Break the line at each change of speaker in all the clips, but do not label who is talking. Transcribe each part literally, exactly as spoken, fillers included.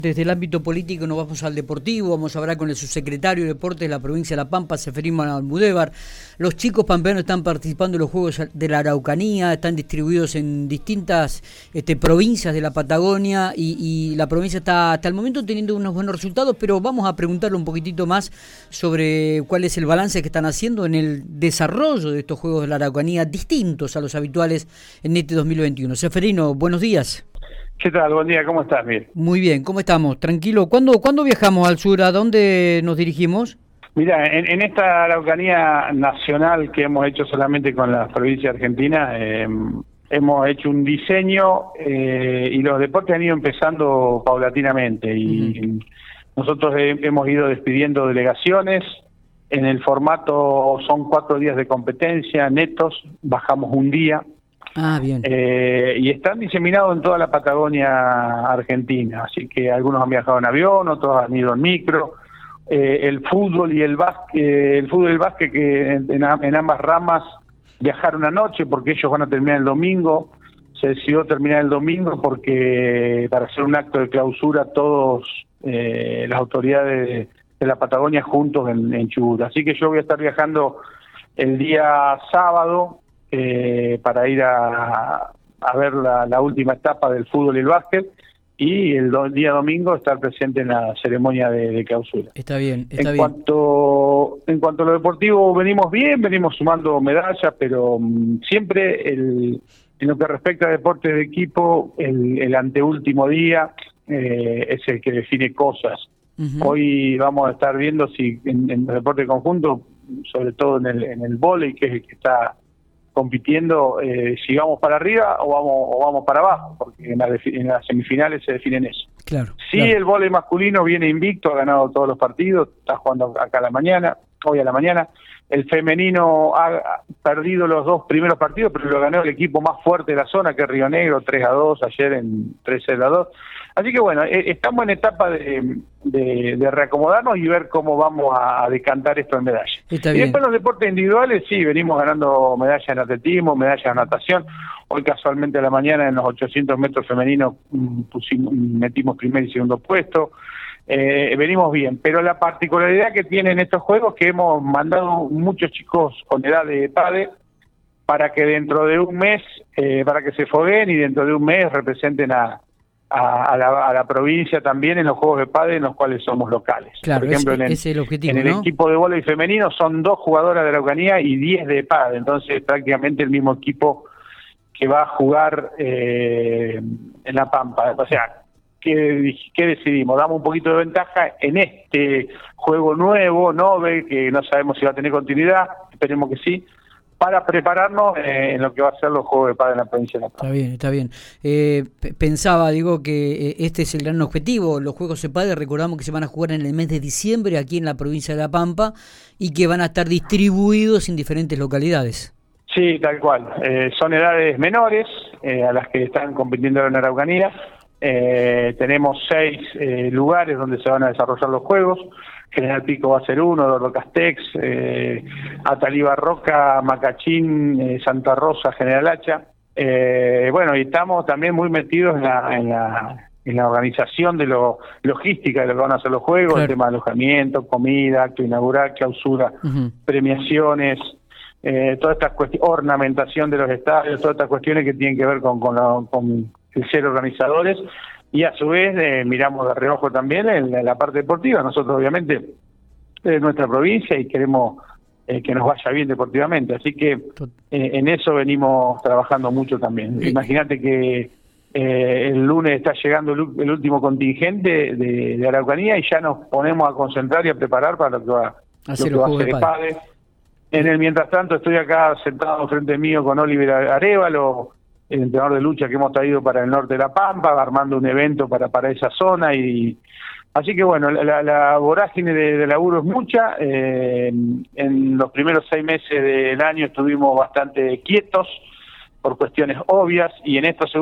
Desde el ámbito político nos vamos al deportivo, vamos a hablar con el subsecretario de Deportes de la provincia de La Pampa, Seferino Almudévar. Los chicos pampeanos están participando en los Juegos de la Araucanía, están distribuidos en distintas este, provincias de la Patagonia y, y la provincia está hasta el momento teniendo unos buenos resultados, pero vamos a preguntarle un poquitito más sobre cuál es el balance que están haciendo en el desarrollo de estos Juegos de la Araucanía, distintos a los habituales en este dos mil veintiuno. Seferino, buenos días.
¿Qué tal? Buen día, ¿cómo estás? Bien.
Muy bien, ¿cómo estamos? Tranquilo. ¿Cuándo, ¿cuándo viajamos al sur? ¿A dónde nos dirigimos?
Mira, en, en esta Araucanía nacional que hemos hecho solamente con las provincias argentinas, eh, hemos hecho un diseño eh, y los deportes han ido empezando paulatinamente y uh-huh. nosotros he, hemos ido despidiendo delegaciones. En el formato son cuatro días de competencia netos, bajamos un día.
Ah, bien.
Eh, y están diseminados en toda la Patagonia argentina, así que algunos han viajado en avión, otros han ido en micro. Eh, el fútbol y el básquet, el fútbol y el básquet que en, en ambas ramas viajaron anoche porque ellos van a terminar el domingo. Se decidió terminar el domingo porque para hacer un acto de clausura todos eh, las autoridades de, de la Patagonia juntos en, en Chubut. Así que yo voy a estar viajando el día sábado. Eh, para ir a, a ver la, la última etapa del fútbol y el básquet y el do, día domingo estar presente en la ceremonia de, de clausura.
Está bien, está
en
bien.
Cuanto, en cuanto a lo deportivo venimos bien, venimos sumando medallas, pero um, siempre el, en lo que respecta a deportes de equipo, el, el anteúltimo día eh, es el que define cosas. Uh-huh. Hoy vamos a estar viendo si en, en el deporte conjunto, sobre todo en el, en el vóley, que es el que está compitiendo, eh, si vamos para arriba o vamos o vamos para abajo, porque en, la en las semifinales se definen eso.
Claro.
Sí,
claro.
El vóley masculino viene invicto, ha ganado todos los partidos, está jugando acá a la mañana, hoy a la mañana. El femenino ha perdido los dos primeros partidos, pero lo ganó el equipo más fuerte de la zona, que es Río Negro, tres a dos, ayer en tres a dos. Así que bueno, eh, estamos en etapa de, de, de reacomodarnos y ver cómo vamos a, a decantar esto en medallas.
Está
y
bien.
después los deportes individuales, sí, venimos ganando medallas en atletismo, medallas en natación. Hoy casualmente a la mañana en los ochocientos metros femeninos pusimos, metimos primer y segundo puesto. Eh, venimos bien, pero la particularidad que tienen estos juegos es que hemos mandado muchos chicos con edad de padre para que dentro de un mes, eh, para que se fogueen y dentro de un mes representen a, a, a, la, a la provincia también en los juegos de padre en los cuales somos locales.
Claro,
por ejemplo,
ese,
en el,
ese es el objetivo,
en el
¿no?
equipo de vóley femenino son dos jugadoras de la Araucanía y diez de padre, entonces prácticamente el mismo equipo que va a jugar eh, en La Pampa. O sea, ¿Qué, ¿qué decidimos? Damos un poquito de ventaja en este juego nuevo, Nobel, que no sabemos si va a tener continuidad, esperemos que sí, para prepararnos eh, en lo que va a ser los Juegos de Pádel en la provincia de La Pampa.
Está bien, está bien. Eh, pensaba, digo, que eh, este es el gran objetivo. Los Juegos de Pádel, recordamos que se van a jugar en el mes de diciembre aquí en la provincia de La Pampa y que van a estar distribuidos en diferentes localidades.
Sí, tal cual. Eh, son edades menores eh, a las que están compitiendo en la Araucanía. Eh, tenemos seis eh, lugares donde se van a desarrollar los juegos. General Pico va a ser uno, Eduardo Castex, eh, Ataliba Roca, Macachín, eh, Santa Rosa, General Hacha. Eh, bueno, y estamos también muy metidos en la, en la, en la organización de lo logística de lo que van a hacer los juegos, claro. El tema de alojamiento, comida, acto inaugural, clausura, uh-huh. premiaciones, eh, todas estas cuestiones, ornamentación de los estadios, todas estas cuestiones que tienen que ver con, con, la, con el ser organizadores, y a su vez eh, miramos de reojo también en la, en la parte deportiva. Nosotros obviamente es nuestra provincia y queremos eh, que nos vaya bien deportivamente, así que eh, en eso venimos trabajando mucho también. Imagínate que eh, el lunes está llegando el, el último contingente de, de Araucanía y ya nos ponemos a concentrar y a preparar para lo que va, lo que va a hacer el padre. En el mientras tanto estoy acá sentado frente mío con Oliver Arévalo, el entrenador de lucha que hemos traído para el norte de La Pampa, armando un evento para, para esa zona. Y así que bueno, la, la vorágine de, de laburo es mucha. Eh, en los primeros seis meses del año estuvimos bastante quietos por cuestiones obvias, y en estos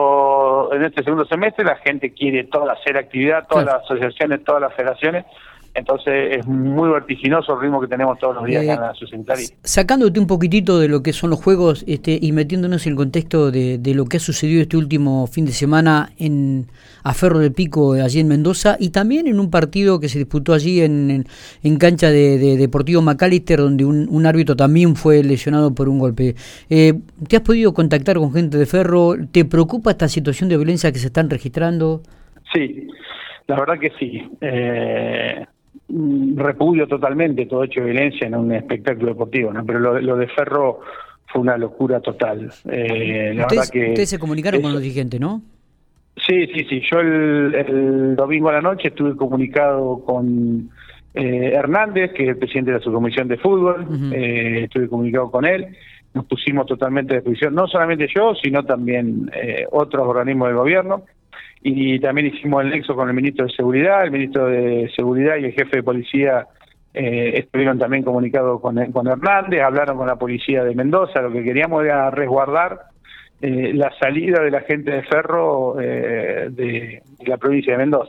segundo, en este segundo semestre la gente quiere toda hacer actividad, todas las asociaciones, todas las federaciones Entonces es muy vertiginoso el ritmo que tenemos todos los días
eh,
acá en la subsecretaría.
Sacándote un poquitito de lo que son los juegos este, y metiéndonos en el contexto de, de lo que ha sucedido este último fin de semana en a Ferro del Pico, allí en Mendoza, y también en un partido que se disputó allí en, en, en cancha de, de Deportivo McAllister, donde un, un árbitro también fue lesionado por un golpe. Eh, ¿Te has podido contactar con gente de Ferro? ¿Te preocupa esta situación de violencia que se están registrando?
Sí, la verdad que sí. Eh... repudio totalmente todo hecho de violencia en un espectáculo deportivo, ¿no? Pero lo, lo de Ferro fue una locura total. Eh, la
ustedes,
verdad que
ustedes se comunicaron
eso,
con los dirigentes, ¿no?
Sí, sí, sí. Yo el, el domingo a la noche estuve comunicado con eh, Hernández, que es el presidente de la subcomisión de fútbol. Uh-huh. eh, estuve comunicado con él. Nos pusimos totalmente a disposición, no solamente yo, sino también eh, otros organismos del gobierno. Y también hicimos el nexo con el ministro de Seguridad, el ministro de Seguridad y el jefe de policía eh, estuvieron también comunicados con, con Hernández, hablaron con la policía de Mendoza. Lo que queríamos era resguardar eh, la salida de la gente de Ferro eh, de, de la provincia de Mendoza.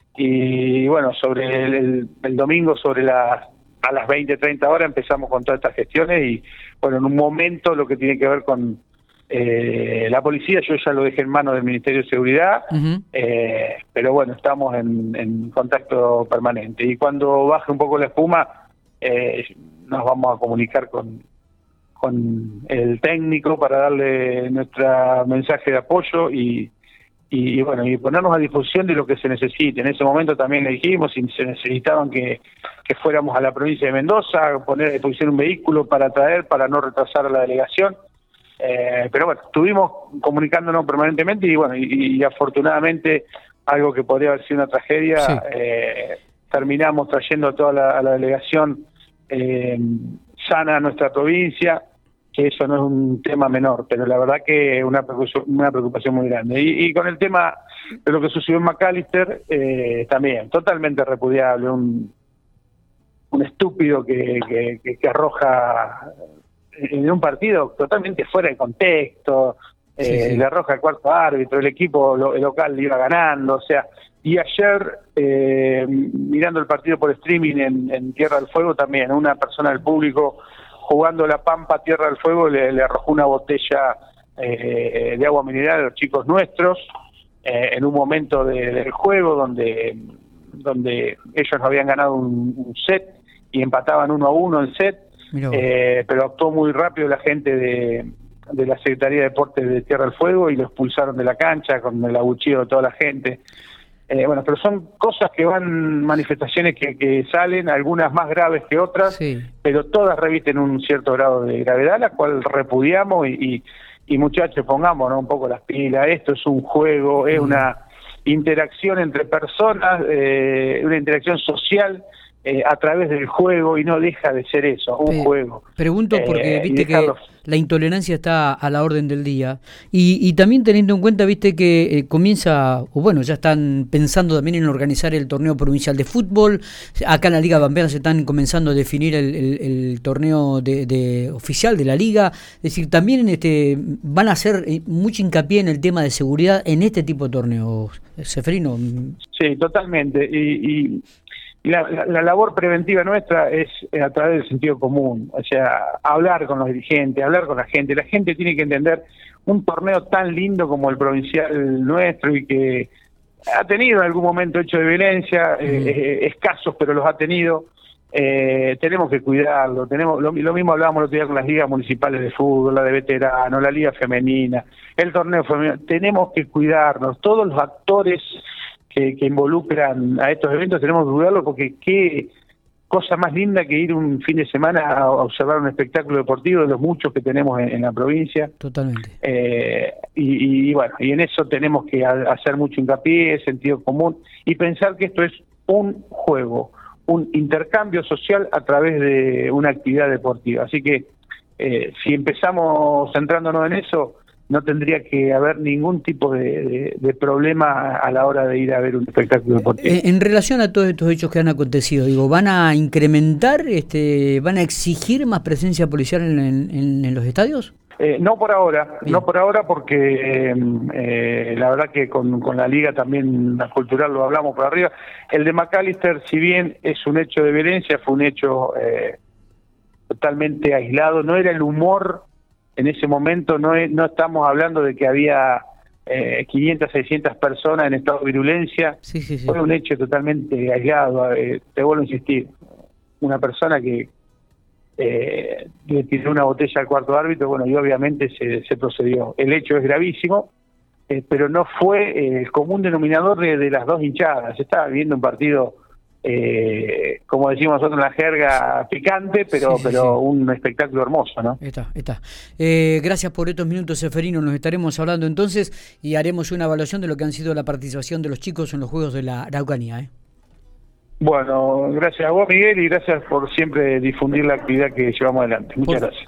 Y bueno, sobre el, el, el domingo, sobre las a las veinte, treinta horas empezamos con todas estas gestiones y bueno, en un momento lo que tiene que ver con Eh, la policía yo ya lo dejé en manos del Ministerio de Seguridad, uh-huh. eh, pero bueno, estamos en, en contacto permanente y cuando baje un poco la espuma eh, nos vamos a comunicar con, con el técnico para darle nuestro mensaje de apoyo y, y, y bueno, y ponernos a disposición de lo que se necesite. En ese momento también le dijimos si se necesitaban que, que fuéramos a la provincia de Mendoza, poner a disposición un vehículo para traer, para no retrasar a la delegación. Eh, pero bueno, estuvimos comunicándonos permanentemente y bueno, y, y afortunadamente algo que podría haber sido una tragedia, sí. eh, terminamos trayendo a toda la, a la delegación eh, sana a nuestra provincia, que eso no es un tema menor, pero la verdad que es una preocupación, una preocupación muy grande. Y, y con el tema de lo que sucedió en McAllister, eh, también totalmente repudiable, un, un estúpido que, que, que, que arroja en un partido totalmente fuera de contexto, eh, sí, sí. le arroja el cuarto árbitro, el equipo lo, el local iba ganando, o sea, y ayer, eh, mirando el partido por streaming en, en Tierra del Fuego también, una persona del público jugando la Pampa Tierra del Fuego le, le arrojó una botella eh, de agua mineral a los chicos nuestros, eh, en un momento de, del juego donde, donde ellos habían ganado un, un set y empataban uno a uno el set. Eh, pero actuó muy rápido la gente de, de la Secretaría de Deportes de Tierra del Fuego y lo expulsaron de la cancha con el abucheo de toda la gente. Eh, bueno, pero son cosas que van, manifestaciones que, que salen, algunas más graves que otras, sí. pero todas revisten un cierto grado de gravedad, la cual repudiamos y, y, y muchachos, pongamos, ¿no?, un poco las pilas. Esto es un juego, es mm. una interacción entre personas, eh, una interacción social, Eh, a través del juego y no deja de ser eso, un Pe- juego.
Pregunto porque eh, viste que la intolerancia está a la orden del día y, y también teniendo en cuenta, viste que eh, comienza, o bueno, ya están pensando también en organizar el torneo provincial de fútbol. Acá en la Liga Pampeana se están comenzando a definir el, el, el torneo de, de oficial de la liga. Es decir, también este van a hacer mucho hincapié en el tema de seguridad en este tipo de torneos, Ceferino.
Sí, totalmente. Y, y... La, la, la labor preventiva nuestra es a través del sentido común, o sea, hablar con los dirigentes, hablar con la gente. La gente tiene que entender un torneo tan lindo como el provincial nuestro y que ha tenido en algún momento hechos de violencia, mm. eh, escasos, pero los ha tenido. Eh, tenemos que cuidarlo. Tenemos lo, lo mismo hablábamos el otro día con las ligas municipales de fútbol, la de veteranos, la liga femenina, el torneo femenino. Tenemos que cuidarnos. Todos los actores Que, que involucran a estos eventos tenemos que dudarlo porque qué cosa más linda que ir un fin de semana a observar un espectáculo deportivo de los muchos que tenemos en, en la provincia.
Totalmente.
Eh, y, y bueno, y en eso tenemos que a, hacer mucho hincapié, sentido común y pensar que esto es un juego, un intercambio social a través de una actividad deportiva. Así que eh, si empezamos centrándonos en eso, no tendría que haber ningún tipo de, de, de problema a la hora de ir a ver un espectáculo deportivo.
En, en relación a todos estos hechos que han acontecido, digo, ¿van a incrementar, este, van a exigir más presencia policial en, en, en los estadios?
Eh, no por ahora, Bien. no por ahora porque eh, la verdad que con, con la liga también la cultural lo hablamos por arriba. El de McAllister, si bien es un hecho de violencia, fue un hecho eh, totalmente aislado, no era el humor en ese momento, no, es, no estamos hablando de que había eh, quinientas, seiscientas personas en estado de virulencia,
sí, sí, sí.
Fue un hecho totalmente aislado, eh, te vuelvo a insistir, una persona que Eh, le tiró una botella al cuarto árbitro, bueno, y obviamente se, se procedió. El hecho es gravísimo, eh, pero no fue eh, el común denominador de, de las dos hinchadas. Se estaba viendo un partido, eh, como decimos nosotros en la jerga, picante, pero, sí, sí, pero sí. un espectáculo hermoso, ¿no?
Está, está. Eh, gracias por estos minutos, Seferino. Nos estaremos hablando entonces y haremos una evaluación de lo que han sido la participación de los chicos en los Juegos de la Araucanía, ¿eh?
Bueno, gracias a vos, Miguel, y gracias por siempre difundir la actividad que llevamos adelante. Muchas por, gracias.